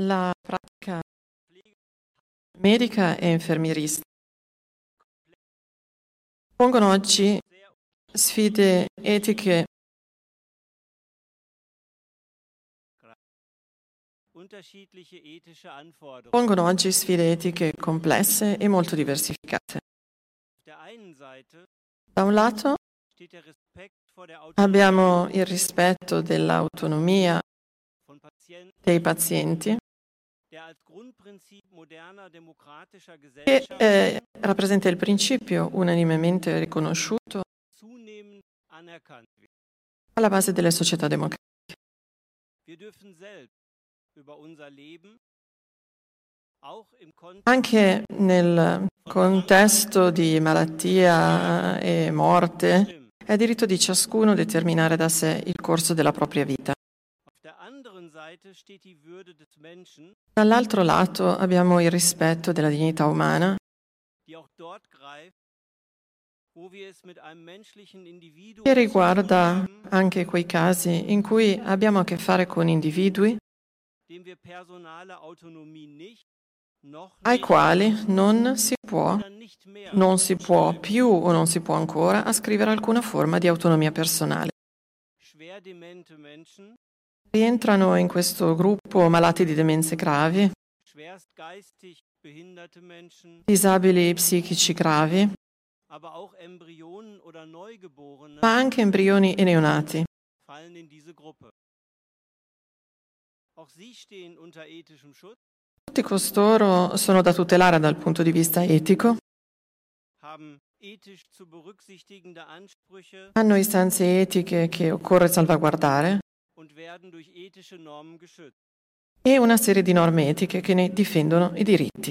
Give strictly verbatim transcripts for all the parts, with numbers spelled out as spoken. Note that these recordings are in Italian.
La pratica medica e infermieristica pongono oggi sfide etiche pongono oggi sfide etiche complesse e molto diversificate. Da un lato abbiamo il rispetto dell'autonomia dei pazienti che eh, rappresenta il principio unanimemente riconosciuto alla base delle società democratiche. Anche nel contesto di malattia e morte è diritto di ciascuno determinare da sé il corso della propria vita. Dall'altro lato abbiamo il rispetto della dignità umana che riguarda anche quei casi in cui abbiamo a che fare con individui ai quali non si può, non si può più o non si può ancora ascrivere alcuna forma di autonomia personale. Rientrano in questo gruppo malati di demenze gravi, disabili psichici gravi, ma anche embrioni e neonati. Tutti costoro sono da tutelare dal punto di vista etico, hanno istanze etiche che occorre salvaguardare e una serie di norme etiche che ne difendono i diritti.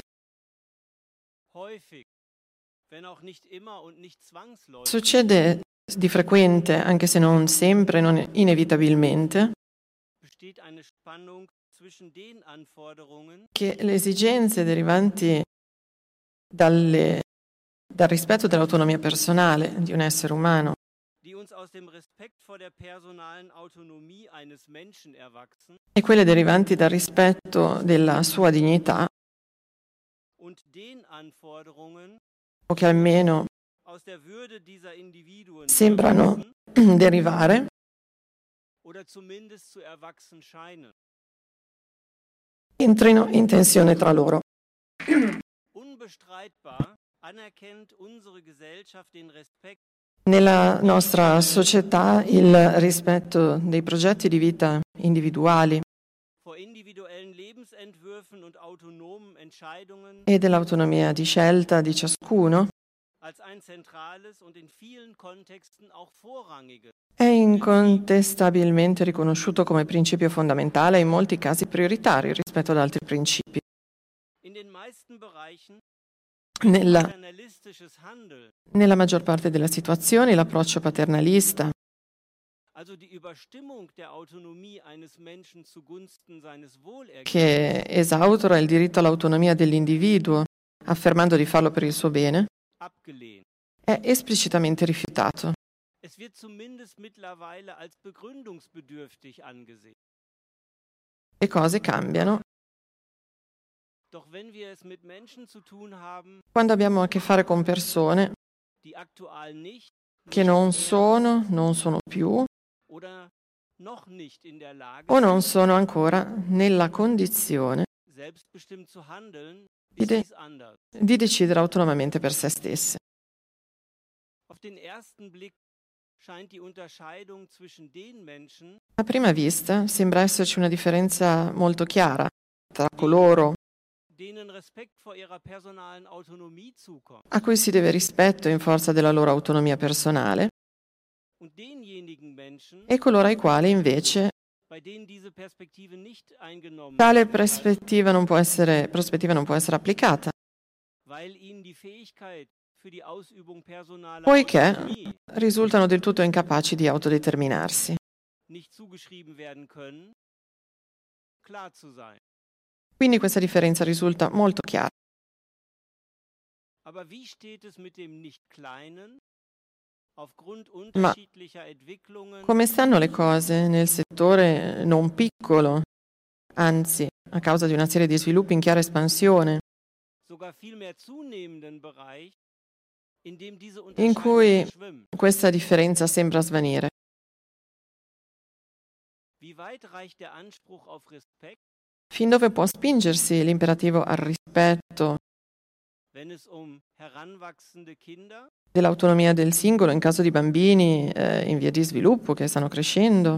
Succede di frequente, anche se non sempre, non inevitabilmente, che le esigenze derivanti dalle, dal rispetto dell'autonomia personale di un essere umano e quelle derivanti dal rispetto della sua dignità, o che almeno sembrano derivare entrino in tensione tra loro. Nella nostra società il rispetto dei progetti di vita individuali e dell'autonomia di scelta di ciascuno è incontestabilmente riconosciuto come principio fondamentale e in molti casi prioritario rispetto ad altri principi. Nella, nella maggior parte delle situazioni l'approccio paternalista, che esautora il diritto all'autonomia dell'individuo, affermando di farlo per il suo bene, è esplicitamente rifiutato. Le cose cambiano quando abbiamo a che fare con persone che non sono, non sono più o non sono ancora nella condizione di, de- di decidere autonomamente per se stesse. A prima vista sembra esserci una differenza molto chiara tra coloro a cui si deve rispetto in forza della loro autonomia personale e coloro ai quali invece tale prospettiva non può essere, prospettiva non può essere applicata, poiché risultano del tutto incapaci di autodeterminarsi. Quindi questa differenza risulta molto chiara. Ma come stanno le cose nel settore non piccolo anzi, a causa di una serie di sviluppi in chiara espansione, in cui questa differenza sembra svanire. Fin dove può spingersi l'imperativo al rispetto dell'autonomia del singolo in caso di bambini eh, in via di sviluppo che stanno crescendo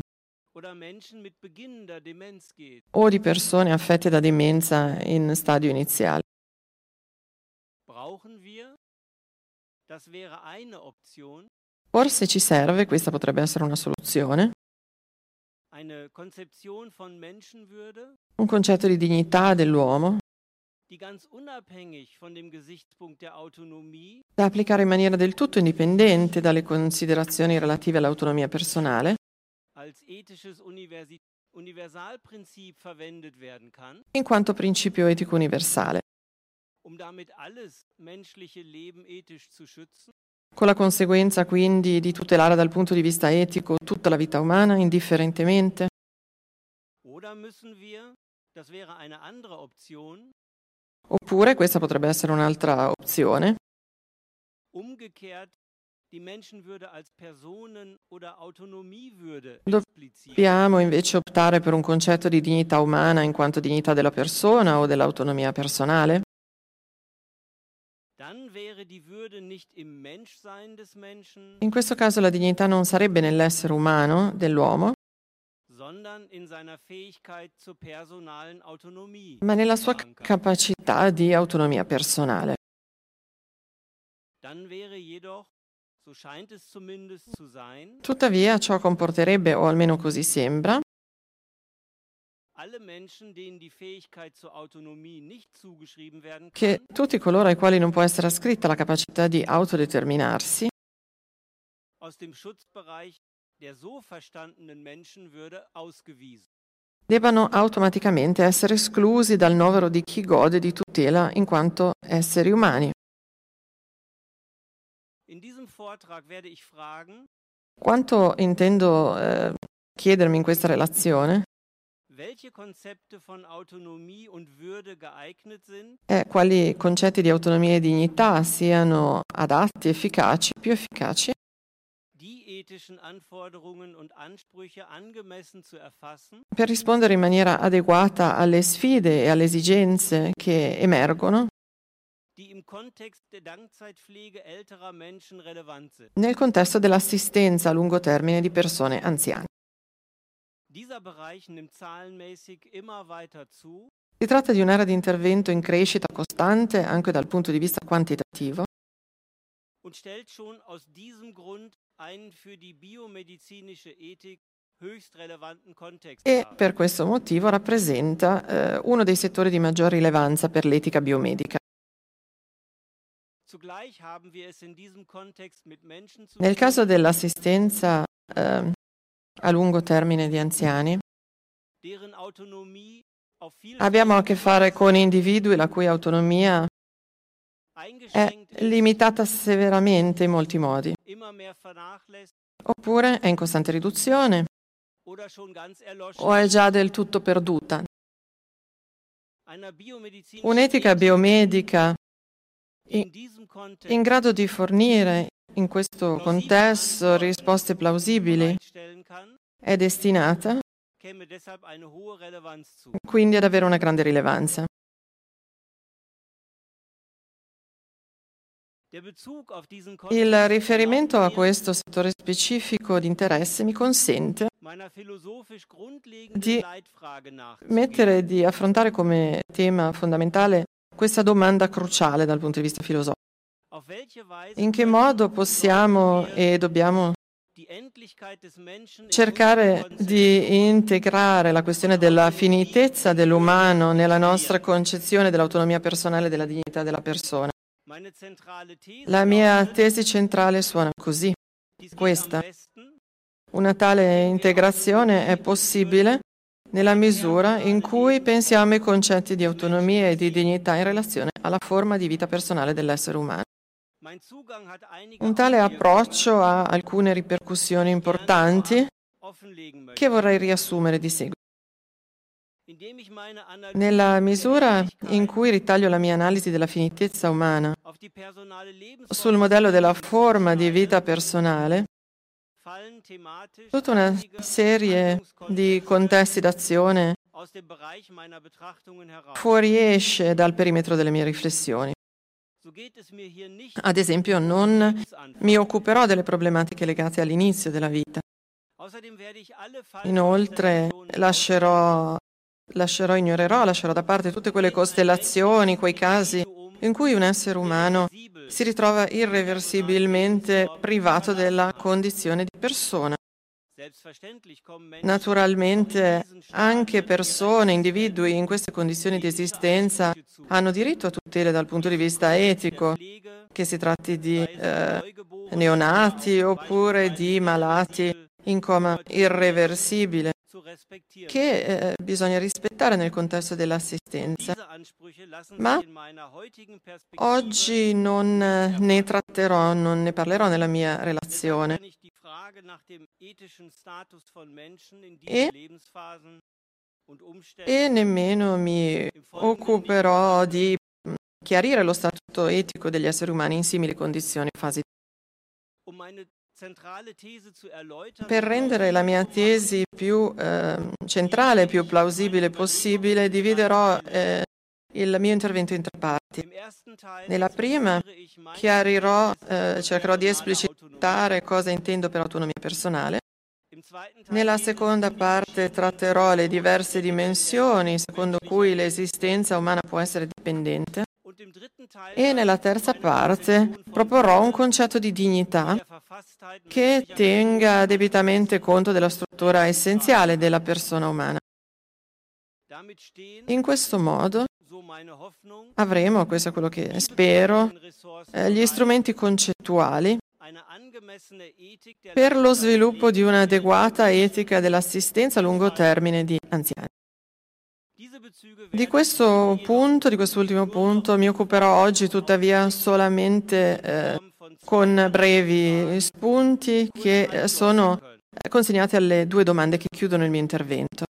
o di persone affette da demenza in stadio iniziale? Forse ci serve, questa potrebbe essere una soluzione, un concetto di dignità dell'uomo da applicare in maniera del tutto indipendente dalle considerazioni relative all'autonomia personale, in quanto principio etico universale, con la conseguenza quindi di tutelare dal punto di vista etico tutta la vita umana indifferentemente? Oppure, questa potrebbe essere un'altra opzione, dobbiamo invece optare per un concetto di dignità umana in quanto dignità della persona o dell'autonomia personale? In questo caso la dignità non sarebbe nell'essere umano dell'uomo, ma nella sua capacità di autonomia personale. Tuttavia ciò comporterebbe, o almeno così sembra, che tutti coloro ai quali non può essere ascritta la capacità di autodeterminarsi debbano automaticamente essere esclusi dal novero di chi gode di tutela in quanto esseri umani. Quanto intendo eh, chiedermi in questa relazione è quali concetti di autonomia e dignità siano adatti, efficaci, più efficaci per rispondere in maniera adeguata alle sfide e alle esigenze che emergono nel contesto dell'assistenza a lungo termine di persone anziane. Si tratta di un'area di intervento in crescita costante anche dal punto di vista quantitativo e per questo motivo rappresenta eh, uno dei settori di maggior rilevanza per l'etica biomedica. Nel caso dell'assistenza eh, a lungo termine di anziani, abbiamo a che fare con individui la cui autonomia è limitata severamente in molti modi, oppure è in costante riduzione o è già del tutto perduta. Un'etica biomedica in, in grado di fornire in questo contesto risposte plausibili è destinata quindi ad avere una grande rilevanza. Il riferimento a questo settore specifico di interesse mi consente di mettere, di affrontare come tema fondamentale questa domanda cruciale dal punto di vista filosofico. In che modo possiamo e dobbiamo cercare di integrare la questione della finitezza dell'umano nella nostra concezione dell'autonomia personale e della dignità della persona? La mia tesi centrale suona così, questa. Una tale integrazione è possibile nella misura in cui pensiamo ai concetti di autonomia e di dignità in relazione alla forma di vita personale dell'essere umano. Un tale approccio ha alcune ripercussioni importanti che vorrei riassumere di seguito. Nella misura in cui ritaglio la mia analisi della finitezza umana sul modello della forma di vita personale, tutta una serie di contesti d'azione fuoriesce dal perimetro delle mie riflessioni. Ad esempio, non mi occuperò delle problematiche legate all'inizio della vita. Inoltre, lascerò, lascerò, ignorerò, lascerò da parte tutte quelle costellazioni, quei casi in cui un essere umano si ritrova irreversibilmente privato della condizione di persona. Naturalmente anche persone, individui in queste condizioni di esistenza hanno diritto a tutele dal punto di vista etico, che si tratti di eh, neonati oppure di malati in coma irreversibile, che eh, bisogna rispettare nel contesto dell'assistenza. Ma oggi non ne tratterò, non ne parlerò nella mia relazione. E, e nemmeno mi occuperò di chiarire lo statuto etico degli esseri umani in simili condizioni o fasi. Per rendere la mia tesi più eh, centrale, più plausibile possibile, dividerò eh, il mio intervento in tre parti. Nella prima chiarirò, eh, cercherò di esplicitare cosa intendo per autonomia personale. Nella seconda parte tratterò le diverse dimensioni secondo cui l'esistenza umana può essere dipendente. E nella terza parte proporrò un concetto di dignità che tenga debitamente conto della struttura essenziale della persona umana. In questo modo avremo, questo è quello che spero, eh, gli strumenti concettuali per lo sviluppo di un'adeguata etica dell'assistenza a lungo termine di anziani. Di questo punto, di quest'ultimo punto, mi occuperò oggi tuttavia solamente eh, con brevi spunti che sono consegnati alle due domande che chiudono il mio intervento.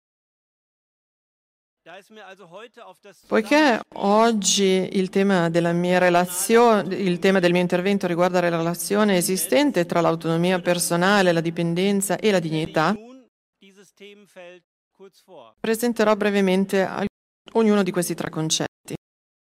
Poiché oggi il tema della mia relazione, il tema del mio intervento riguarda la relazione esistente tra l'autonomia personale, la dipendenza e la dignità, presenterò brevemente ognuno di questi tre concetti.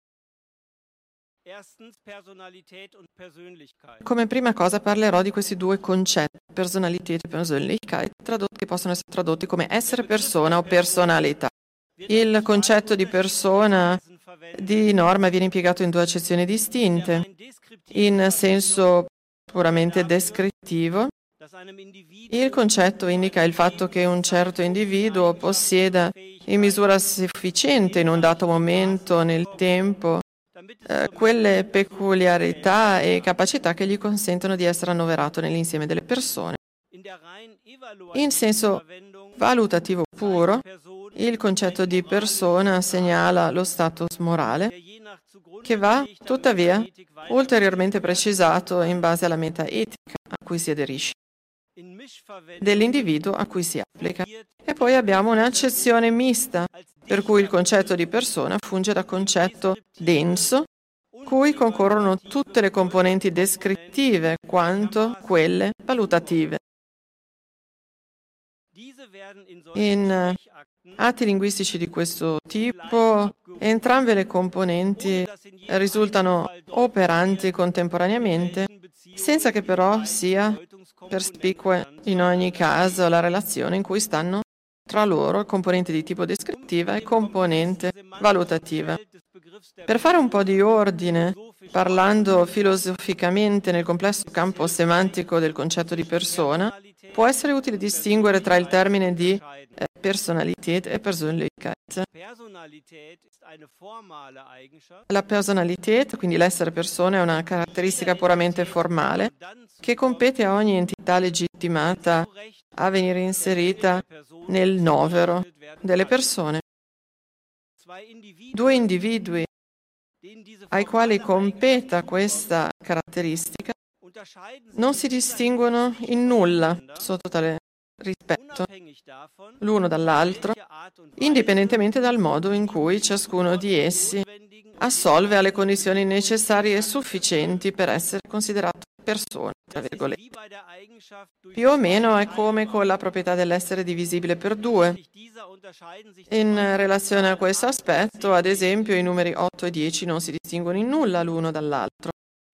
Come prima cosa parlerò di questi due concetti, Personalität e Persönlichkeit, che possono essere tradotti come essere persona o personalità. Il concetto di persona di norma viene impiegato in due accezioni distinte, in senso puramente descrittivo. Il concetto indica il fatto che un certo individuo possieda in misura sufficiente in un dato momento nel tempo eh, quelle peculiarità e capacità che gli consentono di essere annoverato nell'insieme delle persone. In senso valutativo puro, il concetto di persona segnala lo status morale che va, tuttavia, ulteriormente precisato in base alla metaetica a cui si aderisce, dell'individuo a cui si applica. E poi abbiamo un'accezione mista, per cui il concetto di persona funge da concetto denso, cui concorrono tutte le componenti descrittive quanto quelle valutative. In atti linguistici di questo tipo, entrambe le componenti risultano operanti contemporaneamente, senza che però sia perspicua in ogni caso la relazione in cui stanno tra loro componente di tipo descrittiva e componente valutativa. Per fare un po' di ordine, parlando filosoficamente nel complesso campo semantico del concetto di persona, può essere utile distinguere tra il termine di eh, Personalität e Persönlichkeit. La Personalität, quindi l'essere persona, è una caratteristica puramente formale che compete a ogni entità legittimata a venire inserita nel novero delle persone. Due individui ai quali competa questa caratteristica non si distinguono in nulla sotto tale rispetto l'uno dall'altro, indipendentemente dal modo in cui ciascuno di essi assolve alle condizioni necessarie e sufficienti per essere considerato persona, tra virgolette. Più o meno è come con la proprietà dell'essere divisibile per due. In relazione a questo aspetto, ad esempio, i numeri otto e dieci non si distinguono in nulla l'uno dall'altro.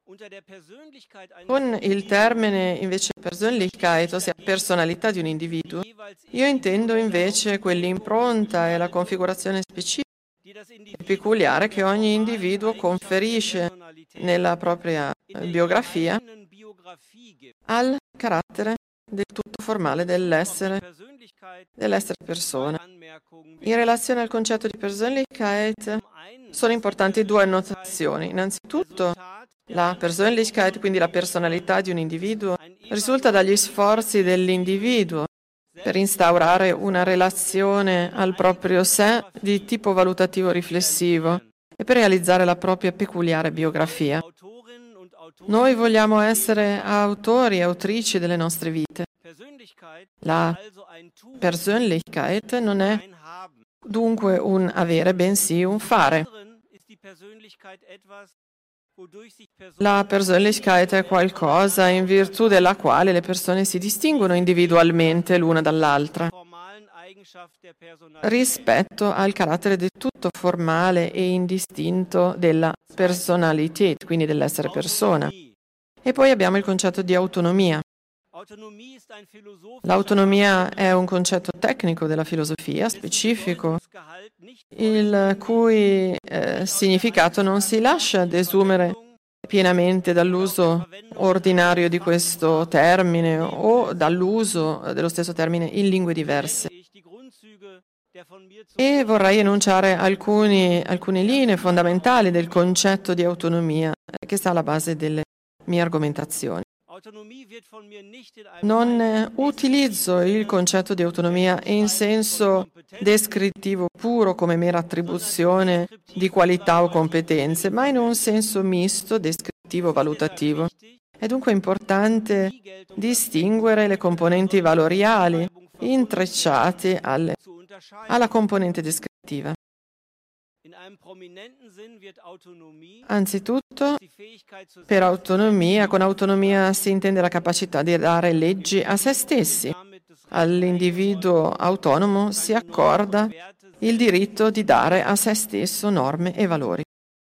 Con il termine invece Persönlichkeit, ossia personalità di un individuo, io intendo invece quell'impronta e la configurazione specifica e peculiare che ogni individuo conferisce nella propria biografia al carattere del tutto formale dell'essere dell'essere persona. In relazione al concetto di Persönlichkeit sono importanti due annotazioni. Innanzitutto, la Persönlichkeit, quindi la personalità di un individuo, risulta dagli sforzi dell'individuo per instaurare una relazione al proprio sé di tipo valutativo riflessivo e per realizzare la propria peculiare biografia. Noi vogliamo essere autori e autrici delle nostre vite. La Persönlichkeit non è dunque un avere, bensì un fare. La Persönlichkeit è qualcosa in virtù della quale le persone si distinguono individualmente l'una dall'altra rispetto al carattere del tutto formale e indistinto della Personalität, quindi dell'essere persona. E poi abbiamo il concetto di autonomia. L'autonomia è un concetto tecnico della filosofia, specifico, il cui eh, significato non si lascia desumere pienamente dall'uso ordinario di questo termine o dall'uso dello stesso termine in lingue diverse. E vorrei enunciare alcuni, alcune linee fondamentali del concetto di autonomia che sta alla base delle mie argomentazioni. Non utilizzo il concetto di autonomia in senso descrittivo puro come mera attribuzione di qualità o competenze, ma in un senso misto, descrittivo, valutativo. È dunque importante distinguere le componenti valoriali intrecciate alle, alla componente descrittiva. Anzitutto, per autonomia, con autonomia si intende la capacità di dare leggi a se stessi. All'individuo autonomo si accorda il diritto di dare a se stesso norme e valori.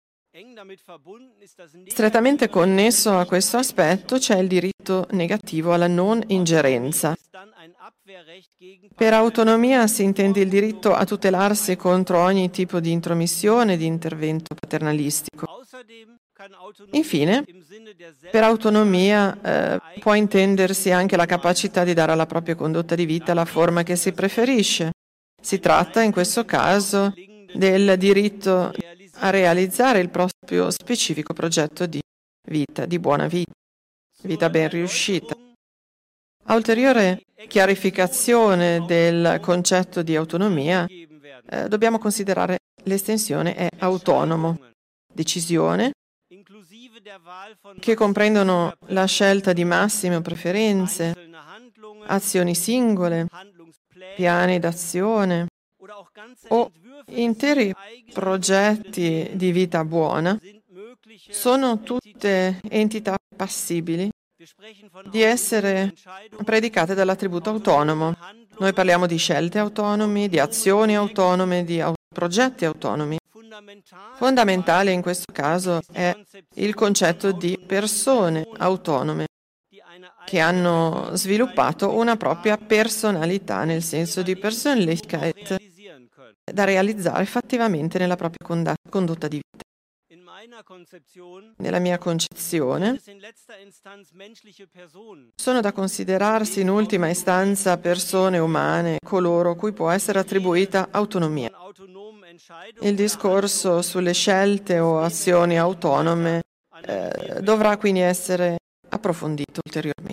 Strettamente connesso a questo aspetto c'è il diritto negativo alla non ingerenza. Per autonomia si intende il diritto a tutelarsi contro ogni tipo di intromissione e di intervento paternalistico. Infine, per autonomia eh, può intendersi anche la capacità di dare alla propria condotta di vita la forma che si preferisce. Si tratta in questo caso del diritto a realizzare il proprio specifico progetto di vita, di buona vita, vita ben riuscita. A ulteriore chiarificazione del concetto di autonomia, eh, dobbiamo considerare l'estensione è autonomo, decisione, che comprendono la scelta di massime o preferenze, azioni singole, piani d'azione o interi progetti di vita buona, sono tutte entità passibili di essere predicate dall'attributo autonomo. Noi parliamo di scelte autonome, di azioni autonome, di au- progetti autonomi. Fondamentale in questo caso è il concetto di persone autonome che hanno sviluppato una propria personalità, nel senso di Persönlichkeit, da realizzare effettivamente nella propria conda- condotta di vita. Nella mia concezione, sono da considerarsi in ultima istanza persone umane, coloro cui può essere attribuita autonomia. Il discorso sulle scelte o azioni autonome eh, dovrà quindi essere approfondito ulteriormente.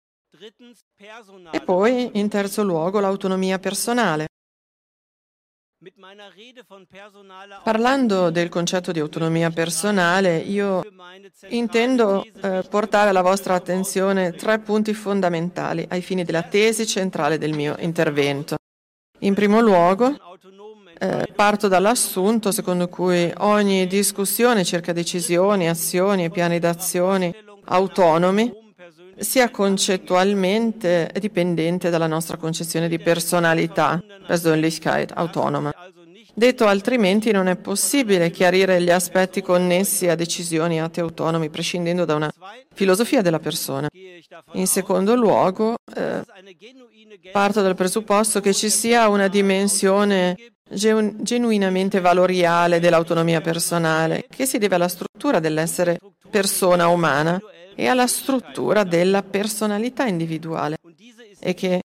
E poi, in terzo luogo, l'autonomia personale. Parlando del concetto di autonomia personale, io intendo eh, portare alla vostra attenzione tre punti fondamentali ai fini della tesi centrale del mio intervento. In primo luogo, eh, parto dall'assunto secondo cui ogni discussione circa decisioni, azioni e piani d'azione autonomi sia concettualmente dipendente dalla nostra concezione di personalità, Persönlichkeit autonoma. Detto altrimenti, non è possibile chiarire gli aspetti connessi a decisioni atti autonomi prescindendo da una filosofia della persona. In secondo luogo, eh, parto dal presupposto che ci sia una dimensione genu- genuinamente valoriale dell'autonomia personale, che si deve alla struttura dell'essere persona umana e alla struttura della personalità individuale, e che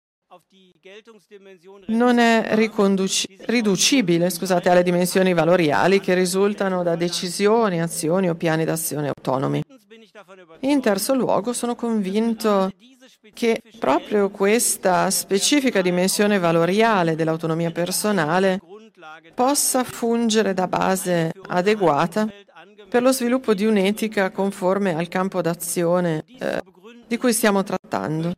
non è riconduci- riducibile scusate, alle dimensioni valoriali che risultano da decisioni, azioni o piani d'azione autonomi. In terzo luogo, sono convinto che proprio questa specifica dimensione valoriale dell'autonomia personale possa fungere da base adeguata per lo sviluppo di un'etica conforme al campo d'azione eh, di cui stiamo trattando.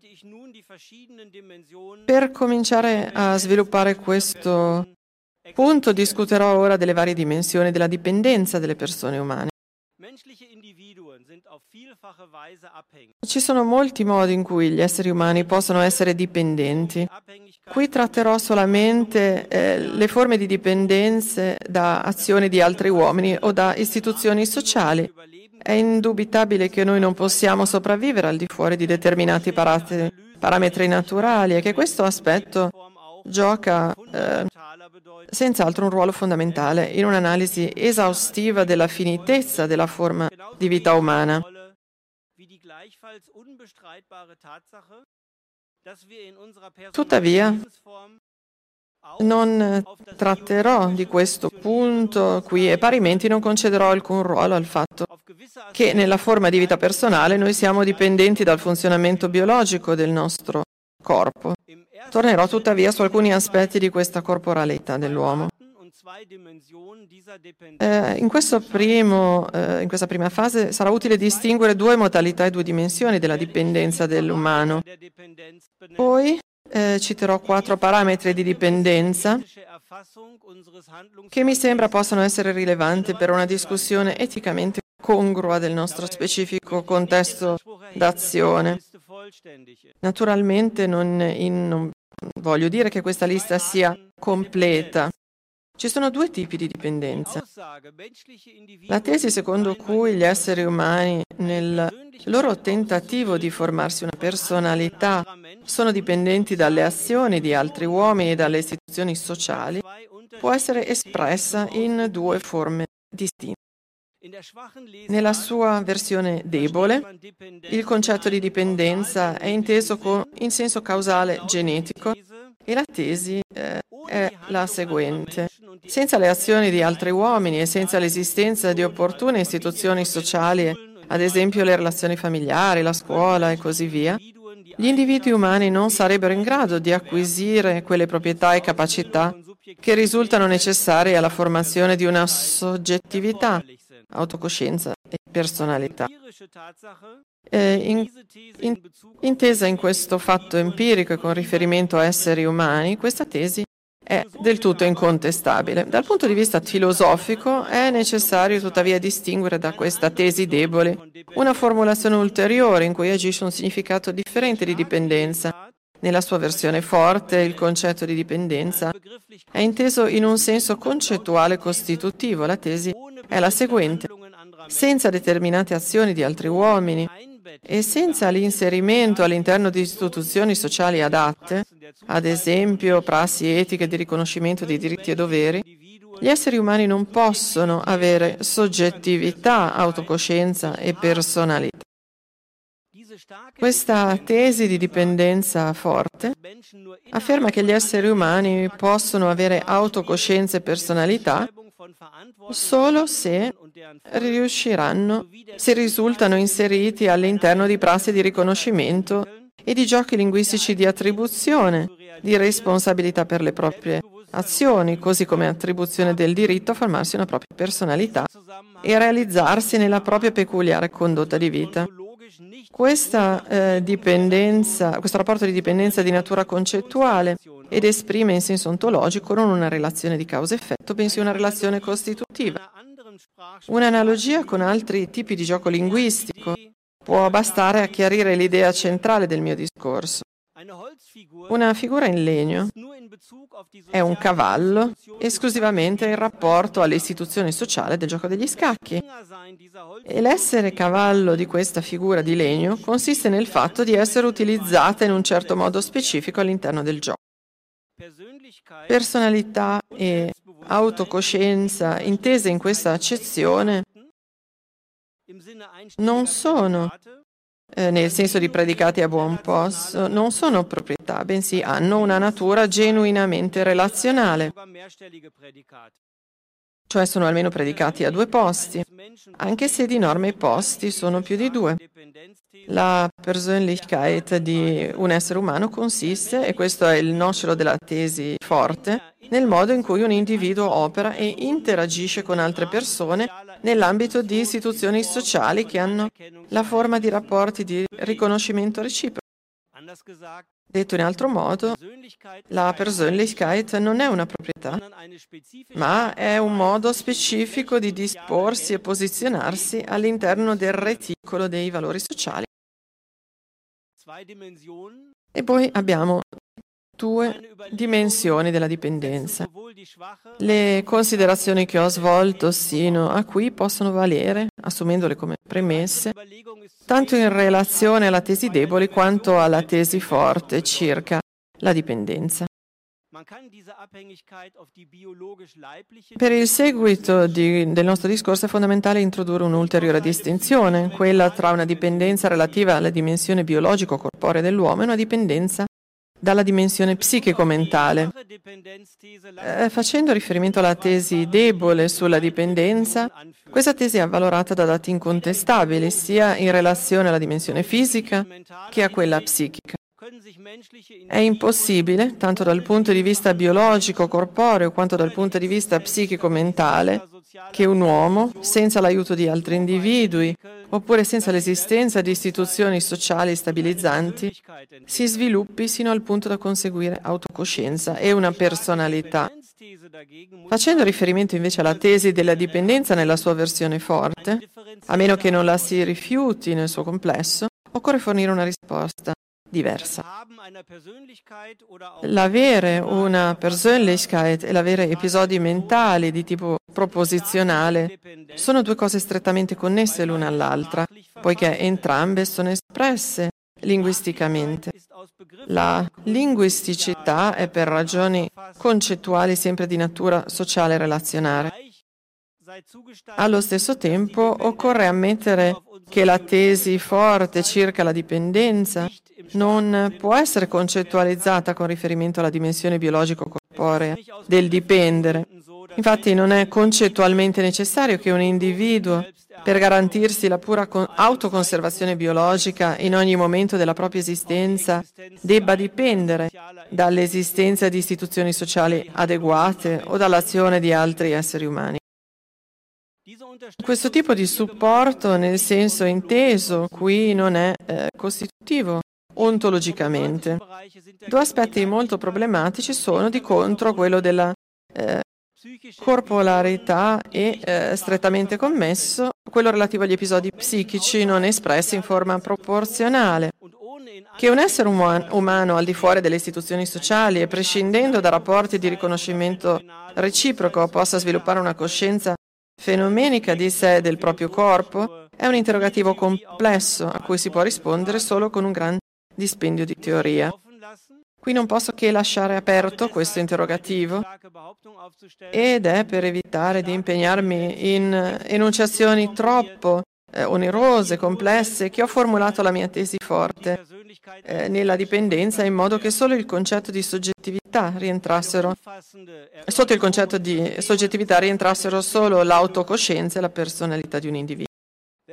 Per cominciare a sviluppare questo punto, discuterò ora delle varie dimensioni della dipendenza delle persone umane. Ci sono molti modi in cui gli esseri umani possono essere dipendenti. Qui tratterò solamente eh, le forme di dipendenze da azioni di altri uomini o da istituzioni sociali. È indubitabile che noi non possiamo sopravvivere al di fuori di determinati parati, parametri naturali e che questo aspetto gioca eh, senz'altro un ruolo fondamentale in un'analisi esaustiva della finitezza della forma di vita umana. Tuttavia, non tratterò di questo punto qui e parimenti non concederò alcun ruolo al fatto che nella forma di vita personale noi siamo dipendenti dal funzionamento biologico del nostro corpo. Tornerò tuttavia su alcuni aspetti di questa corporalità dell'uomo. Eh, in, questo primo, eh, in questa prima fase sarà utile distinguere due modalità e due dimensioni della dipendenza dell'umano. Poi eh, citerò quattro parametri di dipendenza che mi sembra possano essere rilevanti per una discussione eticamente congrua del nostro specifico contesto d'azione. Naturalmente non, in, non voglio dire che questa lista sia completa. Ci sono due tipi di dipendenza. La tesi secondo cui gli esseri umani, nel loro tentativo di formarsi una personalità, sono dipendenti dalle azioni di altri uomini e dalle istituzioni sociali, può essere espressa in due forme distinte. Nella sua versione debole, il concetto di dipendenza è inteso con, in senso causale genetico e la tesi eh, è la seguente. Senza le azioni di altri uomini e senza l'esistenza di opportune istituzioni sociali, ad esempio le relazioni familiari, la scuola e così via, gli individui umani non sarebbero in grado di acquisire quelle proprietà e capacità che risultano necessarie alla formazione di una soggettività, autocoscienza e personalità. Eh, in, in, intesa in questo fatto empirico e con riferimento a esseri umani, questa tesi è del tutto incontestabile. Dal punto di vista filosofico è necessario tuttavia distinguere da questa tesi debole una formulazione ulteriore in cui agisce un significato differente di dipendenza. Nella sua versione forte, il concetto di dipendenza è inteso in un senso concettuale costitutivo. La tesi è la seguente. Senza determinate azioni di altri uomini e senza l'inserimento all'interno di istituzioni sociali adatte, ad esempio prassi etiche di riconoscimento di diritti e doveri, gli esseri umani non possono avere soggettività, autocoscienza e personalità. Questa tesi di dipendenza forte afferma che gli esseri umani possono avere autocoscienza e personalità solo se riusciranno, se risultano inseriti all'interno di prassi di riconoscimento e di giochi linguistici di attribuzione, di responsabilità per le proprie azioni, così come attribuzione del diritto a formarsi una propria personalità e a realizzarsi nella propria peculiare condotta di vita. Questa eh, dipendenza, questo rapporto di dipendenza di natura concettuale ed esprime in senso ontologico non una relazione di causa-effetto, bensì una relazione costitutiva. Un'analogia con altri tipi di gioco linguistico può bastare a chiarire l'idea centrale del mio discorso. Una figura in legno è un cavallo esclusivamente in rapporto all'istituzione sociale del gioco degli scacchi. E l'essere cavallo di questa figura di legno consiste nel fatto di essere utilizzata in un certo modo specifico all'interno del gioco. Personalità e autocoscienza intese in questa accezione non sono, eh, nel senso di predicati a buon posto, non sono proprietà, bensì hanno una natura genuinamente relazionale, cioè sono almeno predicati a due posti, anche se di norma i posti sono più di due. La Persönlichkeit di un essere umano consiste, e questo è il nocciolo della tesi forte, nel modo in cui un individuo opera e interagisce con altre persone nell'ambito di istituzioni sociali che hanno la forma di rapporti di riconoscimento reciproco. Detto in altro modo, la Persönlichkeit non è una proprietà, ma è un modo specifico di disporsi e posizionarsi all'interno del reticolo dei valori sociali. E poi abbiamo due dimensioni della dipendenza. Le considerazioni che ho svolto sino a qui possono valere, assumendole come premesse, tanto in relazione alla tesi debole quanto alla tesi forte circa la dipendenza. Per il seguito di, del nostro discorso è fondamentale introdurre un'ulteriore distinzione, quella tra una dipendenza relativa alla dimensione biologico-corporea dell'uomo e una dipendenza dalla dimensione psichico-mentale. Eh, facendo riferimento alla tesi debole sulla dipendenza, questa tesi è avvalorata da dati incontestabili, sia in relazione alla dimensione fisica che a quella psichica. È impossibile, tanto dal punto di vista biologico-corporeo quanto dal punto di vista psichico-mentale, che un uomo, senza l'aiuto di altri individui, oppure senza l'esistenza di istituzioni sociali stabilizzanti, si sviluppi sino al punto da conseguire autocoscienza e una personalità. Facendo riferimento invece alla tesi della dipendenza nella sua versione forte, a meno che non la si rifiuti nel suo complesso, occorre fornire una risposta diversa. L'avere una Persönlichkeit e l'avere episodi mentali di tipo proposizionale sono due cose strettamente connesse l'una all'altra, poiché entrambe sono espresse linguisticamente. La linguisticità è per ragioni concettuali sempre di natura sociale e relazionale. Allo stesso tempo occorre ammettere che la tesi forte circa la dipendenza non può essere concettualizzata con riferimento alla dimensione biologico-corporea del dipendere. Infatti non è concettualmente necessario che un individuo, per garantirsi la pura autoconservazione biologica in ogni momento della propria esistenza, debba dipendere dall'esistenza di istituzioni sociali adeguate o dall'azione di altri esseri umani. Questo tipo di supporto, nel senso inteso, qui non è eh, costitutivo ontologicamente. Due aspetti molto problematici sono di contro quello della eh, corporalità e eh, strettamente connesso quello relativo agli episodi psichici non espressi in forma proporzionale. Che un essere uman- umano al di fuori delle istituzioni sociali e prescindendo da rapporti di riconoscimento reciproco possa sviluppare una coscienza fenomenica di sé e del proprio corpo è un interrogativo complesso a cui si può rispondere solo con un gran dispendio di teoria. Qui non posso che lasciare aperto questo interrogativo ed è per evitare di impegnarmi in enunciazioni troppo eh, onerose, complesse, che ho formulato la mia tesi forte eh, nella dipendenza in modo che solo il concetto di soggettività rientrassero, sotto il concetto di soggettività rientrassero solo l'autocoscienza e la personalità di un individuo.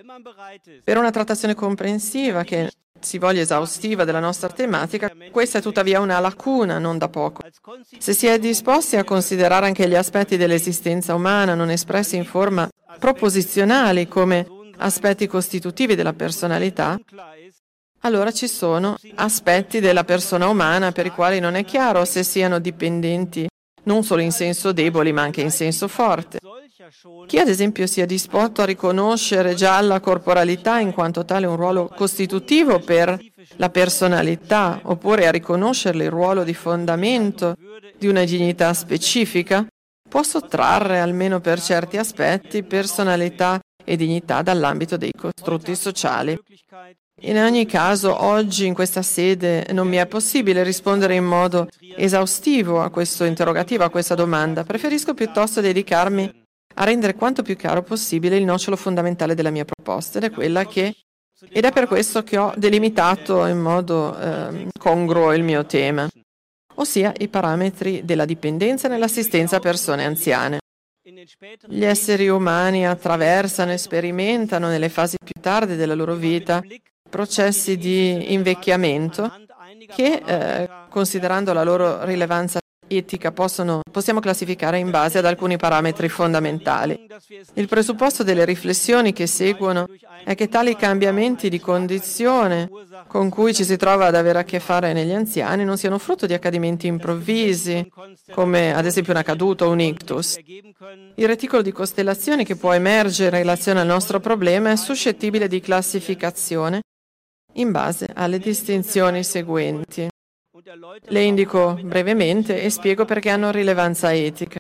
Per una trattazione comprensiva che si voglia esaustiva della nostra tematica, questa è tuttavia una lacuna non da poco. Se si è disposti a considerare anche gli aspetti dell'esistenza umana non espressi in forma proposizionali come aspetti costitutivi della personalità, allora ci sono aspetti della persona umana per i quali non è chiaro se siano dipendenti non solo in senso debole ma anche in senso forte. Chi ad esempio sia disposto a riconoscere già la corporalità in quanto tale un ruolo costitutivo per la personalità, oppure a riconoscerle il ruolo di fondamento di una dignità specifica, può sottrarre, almeno per certi aspetti, personalità e dignità dall'ambito dei costrutti sociali. In ogni caso, oggi in questa sede non mi è possibile rispondere in modo esaustivo a questo interrogativo, a questa domanda. Preferisco piuttosto dedicarmi a rendere quanto più chiaro possibile il nocciolo fondamentale della mia proposta, ed è quella che, ed è per questo che ho delimitato in modo eh, congruo il mio tema, ossia i parametri della dipendenza nell'assistenza a persone anziane. Gli esseri umani attraversano e sperimentano nelle fasi più tarde della loro vita processi di invecchiamento che, eh, considerando la loro rilevanza etica, possono, possiamo classificare in base ad alcuni parametri fondamentali. Il presupposto delle riflessioni che seguono è che tali cambiamenti di condizione con cui ci si trova ad avere a che fare negli anziani non siano frutto di accadimenti improvvisi, come ad esempio una caduta o un ictus. Il reticolo di costellazioni che può emergere in relazione al nostro problema è suscettibile di classificazione in base alle distinzioni seguenti. Le indico brevemente e spiego perché hanno rilevanza etica.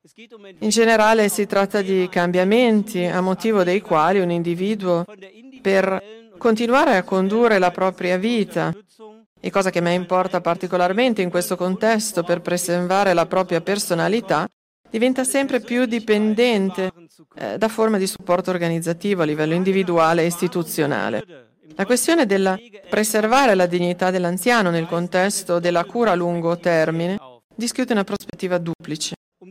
In generale si tratta di cambiamenti a motivo dei quali un individuo, per continuare a condurre la propria vita, e cosa che a me importa particolarmente in questo contesto, per preservare la propria personalità, diventa sempre più dipendente eh, da forme di supporto organizzativo a livello individuale e istituzionale. La questione della preservare la dignità dell'anziano nel contesto della cura a lungo termine discute una prospettiva duplice.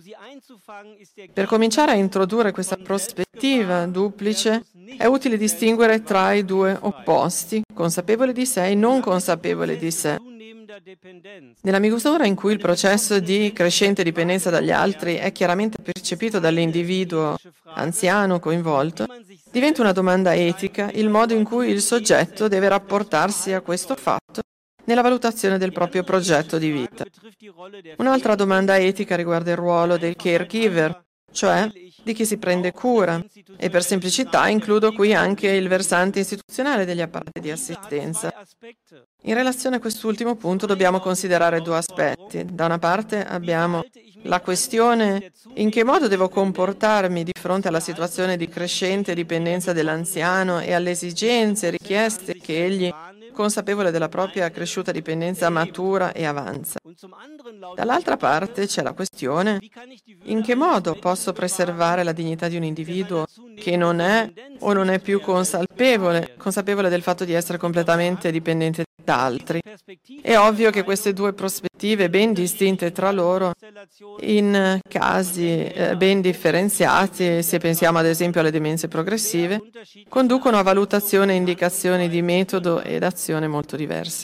Per cominciare a introdurre questa prospettiva duplice è utile distinguere tra i due opposti, consapevole di sé e non consapevole di sé. Nella misura in cui il processo di crescente dipendenza dagli altri è chiaramente percepito dall'individuo anziano coinvolto, diventa una domanda etica il modo in cui il soggetto deve rapportarsi a questo fatto nella valutazione del proprio progetto di vita. Un'altra domanda etica riguarda il ruolo del caregiver, cioè di chi si prende cura, e per semplicità includo qui anche il versante istituzionale degli apparati di assistenza. In relazione a quest'ultimo punto dobbiamo considerare due aspetti. Da una parte abbiamo la questione in che modo devo comportarmi di fronte alla situazione di crescente dipendenza dell'anziano e alle esigenze e richieste che egli, consapevole della propria cresciuta dipendenza, matura e avanza. Dall'altra parte c'è la questione in che modo posso preservare la dignità di un individuo che non è o non è più consapevole, consapevole del fatto di essere completamente dipendente da altri. È ovvio che queste due prospettive ben distinte tra loro, in casi eh, ben differenziati, se pensiamo ad esempio alle demenze progressive, conducono a valutazioni e indicazioni di metodo ed azione molto diverse.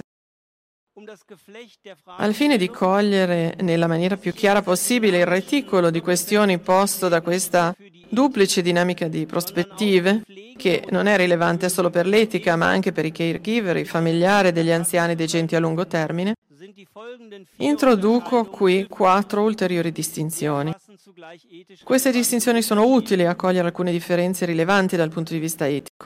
Al fine di cogliere nella maniera più chiara possibile il reticolo di questioni posto da questa duplice dinamica di prospettive, che non è rilevante solo per l'etica ma anche per i caregiver, i familiari degli anziani degenti a lungo termine, introduco qui quattro ulteriori distinzioni. Queste distinzioni sono utili a cogliere alcune differenze rilevanti dal punto di vista etico.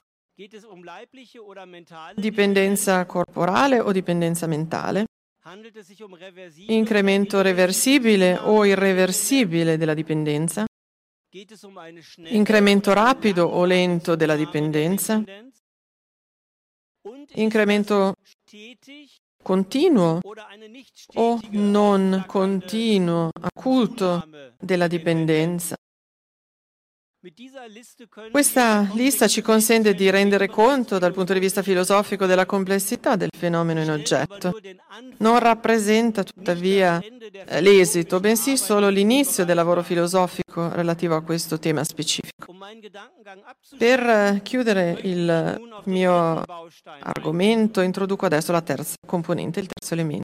Dipendenza corporale o dipendenza mentale? Incremento reversibile o irreversibile della dipendenza? Incremento rapido o lento della dipendenza? Incremento continuo o non continuo, acuto della dipendenza? Questa lista ci consente di rendere conto dal punto di vista filosofico della complessità del fenomeno in oggetto. Non rappresenta tuttavia l'esito, bensì solo l'inizio del lavoro filosofico relativo a questo tema specifico. Per chiudere il mio argomento, introduco adesso la terza componente, il terzo elemento.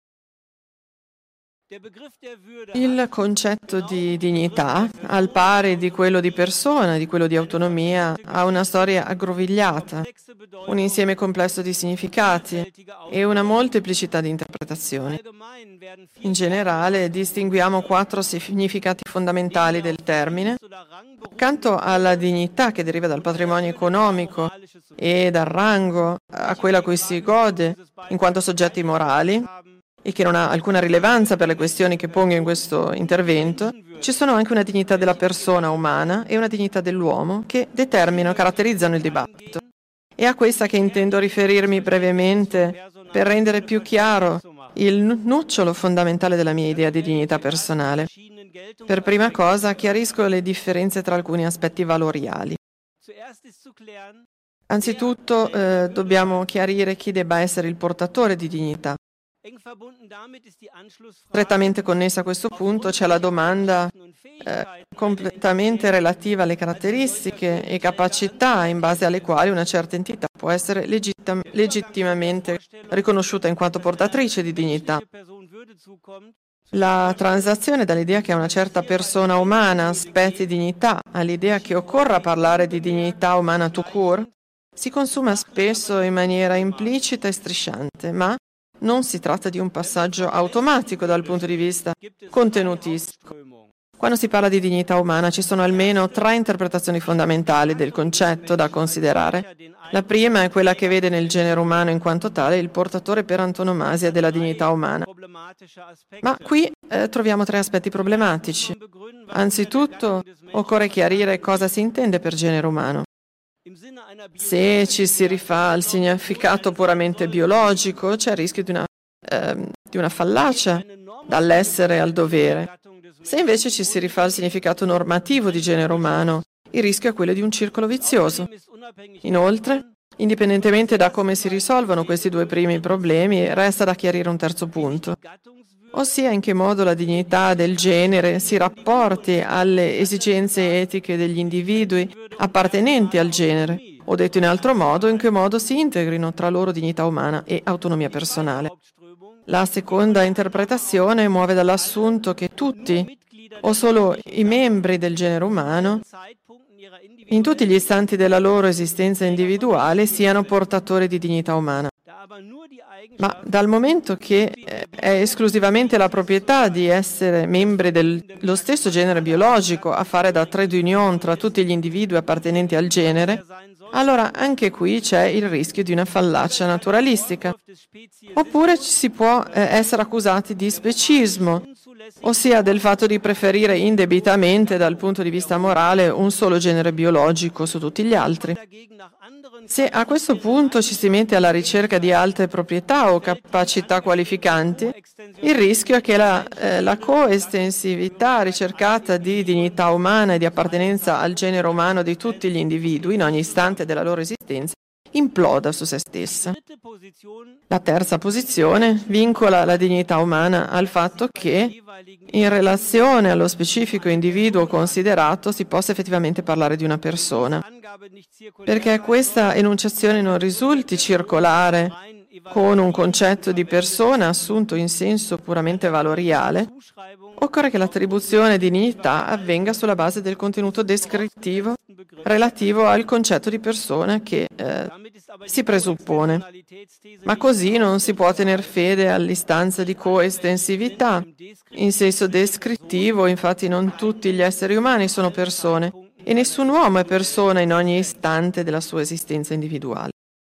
Il concetto di dignità, al pari di quello di persona, di quello di autonomia, ha una storia aggrovigliata, un insieme complesso di significati e una molteplicità di interpretazioni. In generale, distinguiamo quattro significati fondamentali del termine. Accanto alla dignità che deriva dal patrimonio economico e dal rango a quello a cui si gode in quanto soggetti morali, e che non ha alcuna rilevanza per le questioni che pongo in questo intervento, ci sono anche una dignità della persona umana e una dignità dell'uomo che determinano, caratterizzano il dibattito. È a questa che intendo riferirmi brevemente per rendere più chiaro il nocciolo fondamentale della mia idea di dignità personale. Per prima cosa chiarisco le differenze tra alcuni aspetti valoriali. Anzitutto eh, dobbiamo chiarire chi debba essere il portatore di dignità. Strettamente connessa a questo punto c'è la domanda eh, completamente relativa alle caratteristiche e capacità in base alle quali una certa entità può essere legittim- legittimamente riconosciuta in quanto portatrice di dignità. La transazione dall'idea che a una certa persona umana spetti dignità all'idea che occorra parlare di dignità umana tout court si consuma spesso in maniera implicita e strisciante, ma non si tratta di un passaggio automatico dal punto di vista contenutistico. Quando si parla di dignità umana ci sono almeno tre interpretazioni fondamentali del concetto da considerare. La prima è quella che vede nel genere umano in quanto tale il portatore per antonomasia della dignità umana. Ma qui eh, troviamo tre aspetti problematici. Anzitutto, occorre chiarire cosa si intende per genere umano. Se ci si rifà al significato puramente biologico, c'è il rischio di una, eh, di una fallacia dall'essere al dovere. Se invece ci si rifà al significato normativo di genere umano, il rischio è quello di un circolo vizioso. Inoltre, indipendentemente da come si risolvono questi due primi problemi, resta da chiarire un terzo punto, ossia in che modo la dignità del genere si rapporti alle esigenze etiche degli individui appartenenti al genere, o detto in altro modo, in che modo si integrino tra loro dignità umana e autonomia personale. La seconda interpretazione muove dall'assunto che tutti, o solo i membri del genere umano, in tutti gli istanti della loro esistenza individuale, siano portatori di dignità umana. Ma dal momento che è esclusivamente la proprietà di essere membri dello stesso genere biologico a fare da trade union tra tutti gli individui appartenenti al genere, allora anche qui c'è il rischio di una fallacia naturalistica. Oppure si può eh, essere accusati di specismo, ossia del fatto di preferire indebitamente dal punto di vista morale un solo genere biologico su tutti gli altri. Se a questo punto ci si mette alla ricerca di altre proprietà o capacità qualificanti, il rischio è che la, eh, la coestensività ricercata di dignità umana e di appartenenza al genere umano di tutti gli individui in ogni istante della loro esistenza imploda su se stessa. La terza posizione vincola la dignità umana al fatto che, in relazione allo specifico individuo considerato, si possa effettivamente parlare di una persona. Perché questa enunciazione non risulti circolare con un concetto di persona assunto in senso puramente valoriale, occorre che l'attribuzione di dignità avvenga sulla base del contenuto descrittivo relativo al concetto di persona che eh, si presuppone. Ma così non si può tener fede all'istanza di coestensività. In senso descrittivo, infatti, non tutti gli esseri umani sono persone e nessun uomo è persona in ogni istante della sua esistenza individuale.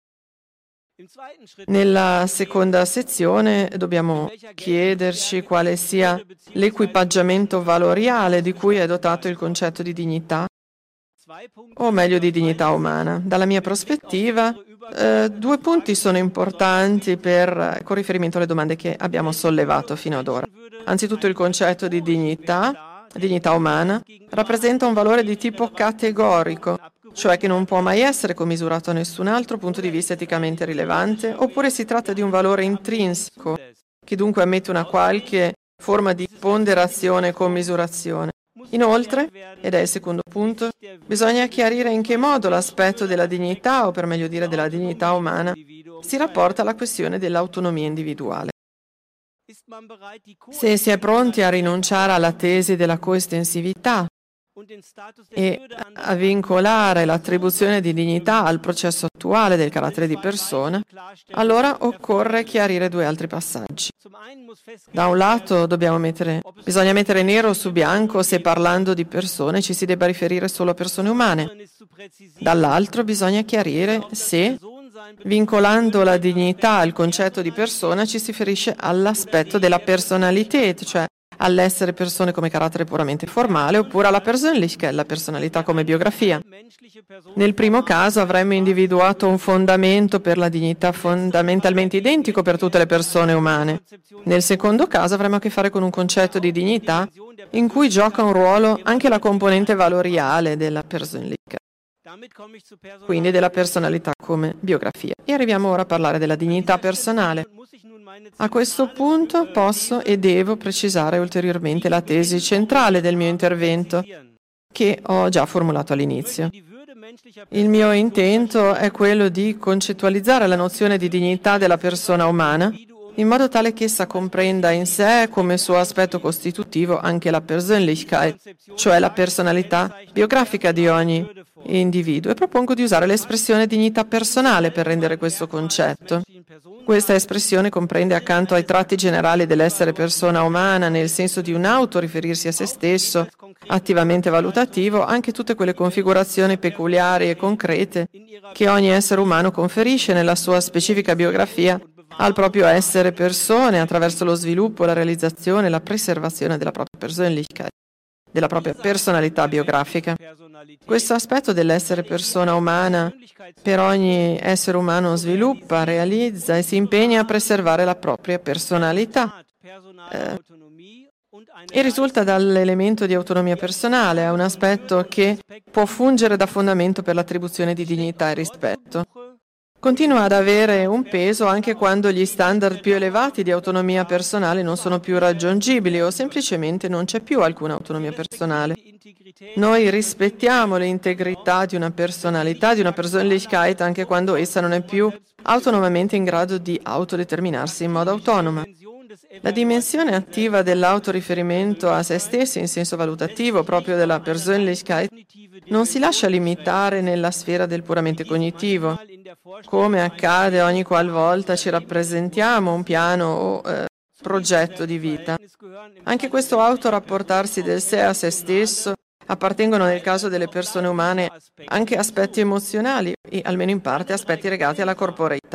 Nella seconda sezione dobbiamo chiederci quale sia l'equipaggiamento valoriale di cui è dotato il concetto di dignità, o meglio di dignità umana. Dalla mia prospettiva, eh, due punti sono importanti per, con riferimento alle domande che abbiamo sollevato fino ad ora. Anzitutto il concetto di dignità, dignità umana, rappresenta un valore di tipo categorico, cioè che non può mai essere commisurato a nessun altro punto di vista eticamente rilevante, oppure si tratta di un valore intrinseco, che dunque ammette una qualche forma di ponderazione e commisurazione. Inoltre, ed è il secondo punto, bisogna chiarire in che modo l'aspetto della dignità, o per meglio dire della dignità umana, si rapporta alla questione dell'autonomia individuale. Se si è pronti a rinunciare alla tesi della coestensività e a vincolare l'attribuzione di dignità al processo attuale del carattere di persona, allora occorre chiarire due altri passaggi. Da un lato dobbiamo mettere, bisogna mettere nero su bianco se parlando di persone ci si debba riferire solo a persone umane. Dall'altro bisogna chiarire se, vincolando la dignità al concetto di persona, ci si riferisce all'aspetto della Personalität, cioè all'essere persone come carattere puramente formale, oppure alla Persönlichkeit, la personalità come biografia. Nel primo caso avremmo individuato un fondamento per la dignità fondamentalmente identico per tutte le persone umane. Nel secondo caso avremmo a che fare con un concetto di dignità in cui gioca un ruolo anche la componente valoriale della Persönlichkeit, quindi della personalità come biografia. E arriviamo ora a parlare della dignità personale. A questo punto posso e devo precisare ulteriormente la tesi centrale del mio intervento, che ho già formulato all'inizio. Il mio intento è quello di concettualizzare la nozione di dignità della persona umana in modo tale che essa comprenda in sé come suo aspetto costitutivo anche la Persönlichkeit, cioè la personalità biografica di ogni individuo, e propongo di usare l'espressione dignità personale per rendere questo concetto. Questa espressione comprende, accanto ai tratti generali dell'essere persona umana, nel senso di un autoriferirsi a se stesso, attivamente valutativo, anche tutte quelle configurazioni peculiari e concrete che ogni essere umano conferisce nella sua specifica biografia al proprio essere persone attraverso lo sviluppo, la realizzazione e la preservazione della propria Persönlichkeit, della propria personalità biografica. Questo aspetto dell'essere persona umana per ogni essere umano sviluppa, realizza e si impegna a preservare la propria personalità eh, e risulta dall'elemento di autonomia personale, è un aspetto che può fungere da fondamento per l'attribuzione di dignità e rispetto. Continua ad avere un peso anche quando gli standard più elevati di autonomia personale non sono più raggiungibili o semplicemente non c'è più alcuna autonomia personale. Noi rispettiamo l'integrità di una personalità, di una Persönlichkeit, anche quando essa non è più autonomamente in grado di autodeterminarsi in modo autonomo. La dimensione attiva dell'autoriferimento a se stessi in senso valutativo, proprio della Persönlichkeit, non si lascia limitare nella sfera del puramente cognitivo, come accade ogni qualvolta ci rappresentiamo un piano o eh, progetto di vita. Anche questo autorapportarsi del sé a se stesso appartengono nel caso delle persone umane anche aspetti emozionali e almeno in parte aspetti legati alla corporeità.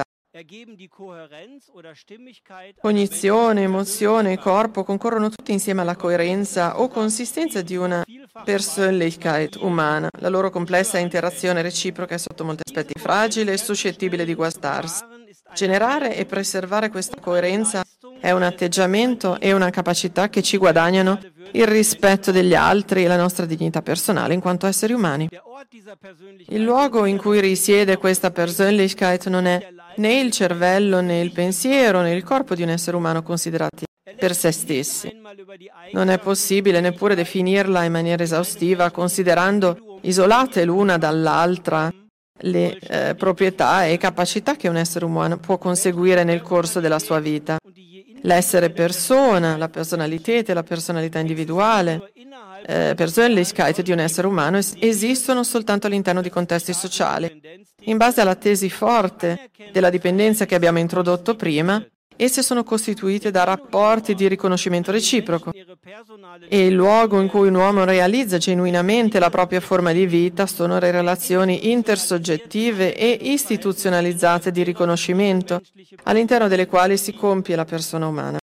Cognizione, emozione e corpo concorrono tutti insieme alla coerenza o consistenza di una Persönlichkeit umana. La loro complessa interazione reciproca è sotto molti aspetti fragile e suscettibile di guastarsi. Generare e preservare questa coerenza è un atteggiamento e una capacità che ci guadagnano il rispetto degli altri e la nostra dignità personale in quanto esseri umani. Il luogo in cui risiede questa Persönlichkeit non è né il cervello, né il pensiero, né il corpo di un essere umano considerati per se stessi. Non è possibile neppure definirla in maniera esaustiva, considerando isolate l'una dall'altra le eh, proprietà e capacità che un essere umano può conseguire nel corso della sua vita. L'essere persona, la Personalität, la personalità individuale, eh, Persönlichkeit di un essere umano es- esistono soltanto all'interno di contesti sociali. In base alla tesi forte della dipendenza che abbiamo introdotto prima, esse sono costituite da rapporti di riconoscimento reciproco e il luogo in cui un uomo realizza genuinamente la propria forma di vita sono le relazioni intersoggettive e istituzionalizzate di riconoscimento, all'interno delle quali si compie la persona umana.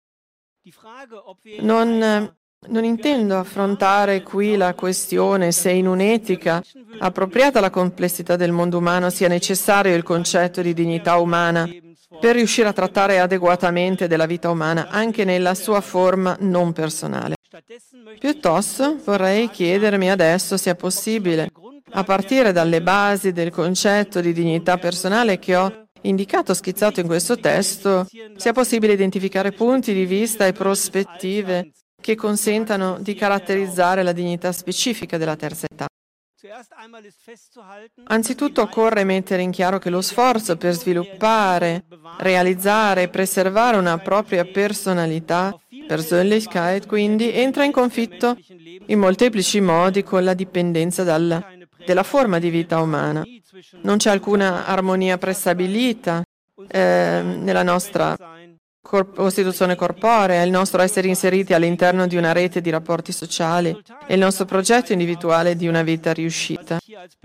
Non, non intendo affrontare qui la questione se in un'etica appropriata alla complessità del mondo umano sia necessario il concetto di dignità umana per riuscire a trattare adeguatamente della vita umana anche nella sua forma non personale. Piuttosto vorrei chiedermi adesso se è possibile, a partire dalle basi del concetto di dignità personale che ho indicato, schizzato in questo testo, sia possibile identificare punti di vista e prospettive che consentano di caratterizzare la dignità specifica della terza età. Anzitutto occorre mettere in chiaro che lo sforzo per sviluppare, realizzare e preservare una propria personalità, Persönlichkeit, quindi, entra in conflitto in molteplici modi con la dipendenza dal, della forma di vita umana. Non c'è alcuna armonia prestabilita eh, nella nostra costituzione corporea, il nostro essere inseriti all'interno di una rete di rapporti sociali e il nostro progetto individuale di una vita riuscita.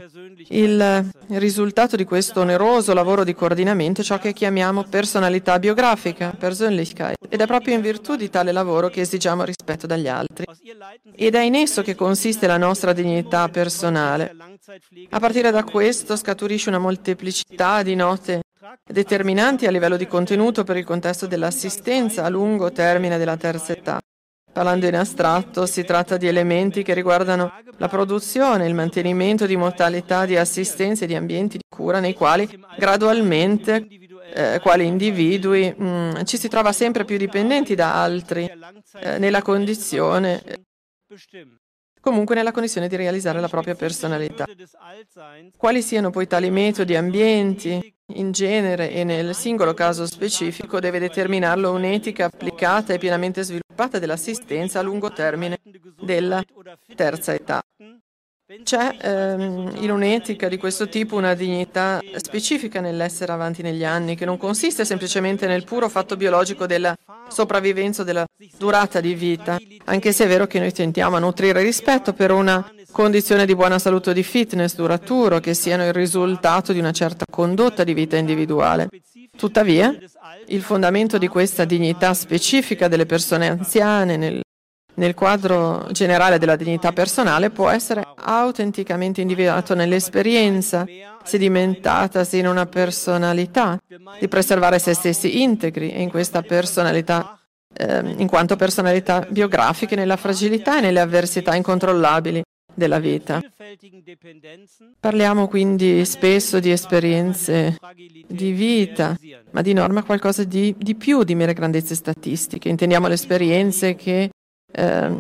Il risultato di questo oneroso lavoro di coordinamento è ciò che chiamiamo personalità biografica, Persönlichkeit, ed è proprio in virtù di tale lavoro che esigiamo rispetto dagli altri. Ed è in esso che consiste la nostra dignità personale. A partire da questo scaturisce una molteplicità di note determinanti a livello di contenuto per il contesto dell'assistenza a lungo termine della terza età. Parlando in astratto, si tratta di elementi che riguardano la produzione, il mantenimento di modalità di assistenza e di ambienti di cura nei quali gradualmente, eh, quali individui, mh, ci si trova sempre più dipendenti da altri, eh, nella condizione comunque nella condizione di realizzare la propria personalità. Quali siano poi tali metodi, ambienti, in genere e nel singolo caso specifico, deve determinarlo un'etica applicata e pienamente sviluppata dell'assistenza a lungo termine della terza età. C'è ehm, in un'etica di questo tipo una dignità specifica nell'essere avanti negli anni, che non consiste semplicemente nel puro fatto biologico della sopravvivenza o della durata di vita, anche se è vero che noi tentiamo a nutrire rispetto per una condizione di buona salute o di fitness duraturo, che siano il risultato di una certa condotta di vita individuale. Tuttavia, il fondamento di questa dignità specifica delle persone anziane nel nel quadro generale della dignità personale può essere autenticamente individuato nell'esperienza sedimentatasi in una personalità, di preservare se stessi integri e in questa personalità, eh, in quanto personalità biografiche nella fragilità e nelle avversità incontrollabili della vita. Parliamo quindi spesso di esperienze di vita, ma di norma qualcosa di, di più di mere grandezze statistiche. Intendiamo le esperienze che Eh,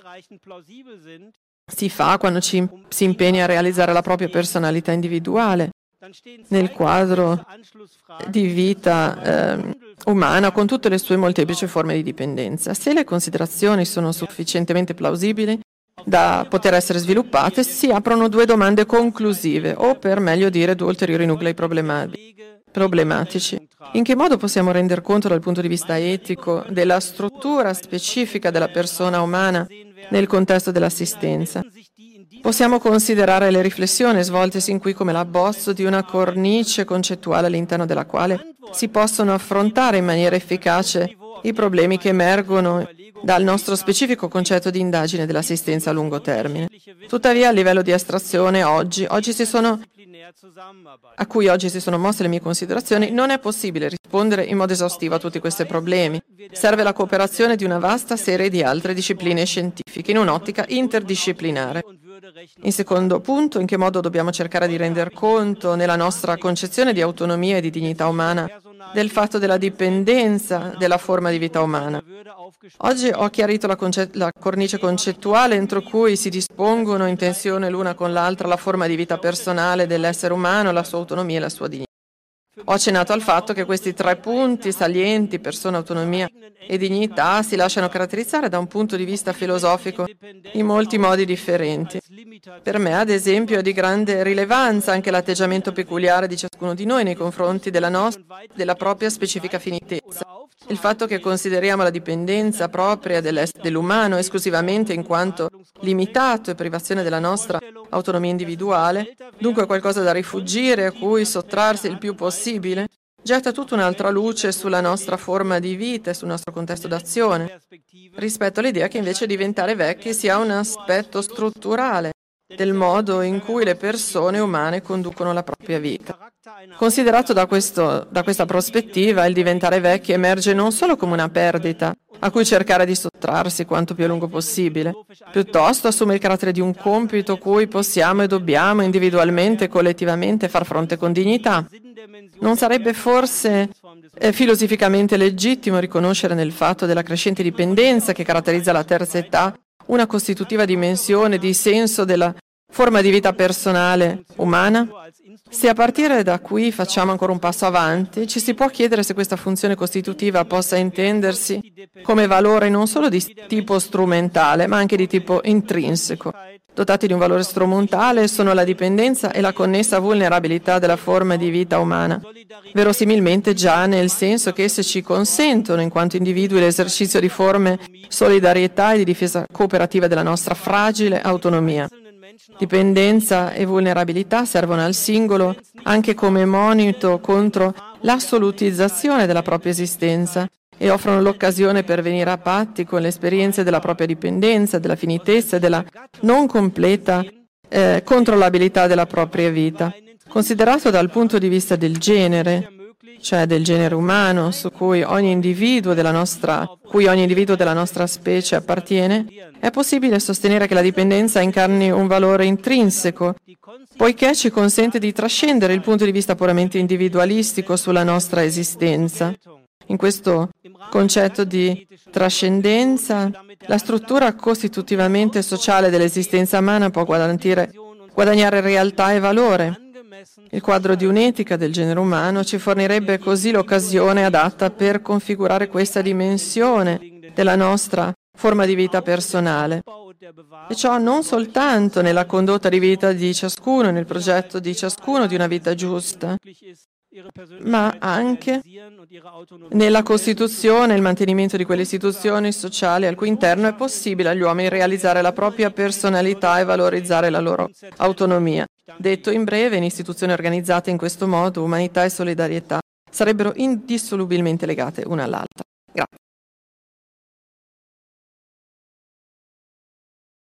si fa quando ci, si impegna a realizzare la propria personalità individuale nel quadro di vita eh, umana con tutte le sue molteplici forme di dipendenza. Se le considerazioni sono sufficientemente plausibili da poter essere sviluppate, si aprono due domande conclusive, o per meglio dire due ulteriori nuclei problematici. In che modo possiamo render conto dal punto di vista etico della struttura specifica della persona umana nel contesto dell'assistenza? Possiamo considerare le riflessioni svolte sin qui come l'abbozzo di una cornice concettuale all'interno della quale si possono affrontare in maniera efficace i problemi che emergono dal nostro specifico concetto di indagine dell'assistenza a lungo termine. Tuttavia, a livello di astrazione, oggi, oggi si sono, a cui oggi si sono mosse le mie considerazioni, non è possibile rispondere in modo esaustivo a tutti questi problemi. Serve la cooperazione di una vasta serie di altre discipline scientifiche in un'ottica interdisciplinare. In secondo punto, in che modo dobbiamo cercare di render conto nella nostra concezione di autonomia e di dignità umana del fatto della dipendenza della forma di vita umana. Oggi ho chiarito la, la cornice concettuale entro cui si dispongono in tensione l'una con l'altra la forma di vita personale dell'essere umano, la sua autonomia e la sua dignità. Ho accennato al fatto che questi tre punti salienti, persona, autonomia e dignità, si lasciano caratterizzare da un punto di vista filosofico in molti modi differenti. Per me, ad esempio, è di grande rilevanza anche l'atteggiamento peculiare di ciascuno di noi nei confronti della nostra, della propria specifica finitezza. Il fatto che consideriamo la dipendenza propria dell'umano esclusivamente in quanto limitato e privazione della nostra autonomia individuale, dunque qualcosa da rifuggire, a cui sottrarsi il più possibile, getta tutta un'altra luce sulla nostra forma di vita e sul nostro contesto d'azione, rispetto all'idea che invece diventare vecchi sia un aspetto strutturale del modo in cui le persone umane conducono la propria vita. Considerato da, questo, da questa prospettiva, il diventare vecchi emerge non solo come una perdita, a cui cercare di sottrarsi quanto più a lungo possibile, piuttosto assume il carattere di un compito cui possiamo e dobbiamo individualmente e collettivamente far fronte con dignità. Non sarebbe forse È filosoficamente legittimo riconoscere nel fatto della crescente dipendenza che caratterizza la terza età una costitutiva dimensione di senso della forma di vita personale umana? Se a partire da qui facciamo ancora un passo avanti, ci si può chiedere se questa funzione costitutiva possa intendersi come valore non solo di tipo strumentale, ma anche di tipo intrinseco. Dotati di un valore strumentale sono la dipendenza e la connessa vulnerabilità della forma di vita umana, verosimilmente già nel senso che esse ci consentono, in quanto individui, l'esercizio di forme solidarietà e di difesa cooperativa della nostra fragile autonomia. Dipendenza e vulnerabilità servono al singolo anche come monito contro l'assolutizzazione della propria esistenza e offrono l'occasione per venire a patti con le esperienze della propria dipendenza, della finitezza e della non completa eh, controllabilità della propria vita. Considerato dal punto di vista del genere, cioè del genere umano, su cui ogni individuo della nostra, cui ogni individuo della nostra specie appartiene, è possibile sostenere che la dipendenza incarni un valore intrinseco, poiché ci consente di trascendere il punto di vista puramente individualistico sulla nostra esistenza. In questo concetto di trascendenza, la struttura costitutivamente sociale dell'esistenza umana può guadagnare, guadagnare realtà e valore. Il quadro di un'etica del genere umano ci fornirebbe così l'occasione adatta per configurare questa dimensione della nostra forma di vita personale. E ciò non soltanto nella condotta di vita di ciascuno, nel progetto di ciascuno di una vita giusta, ma anche nella costituzione e il mantenimento di quelle istituzioni sociali al cui interno è possibile agli uomini realizzare la propria personalità e valorizzare la loro autonomia. Detto in breve, in istituzioni organizzate in questo modo, umanità e solidarietà sarebbero indissolubilmente legate una all'altra. Grazie.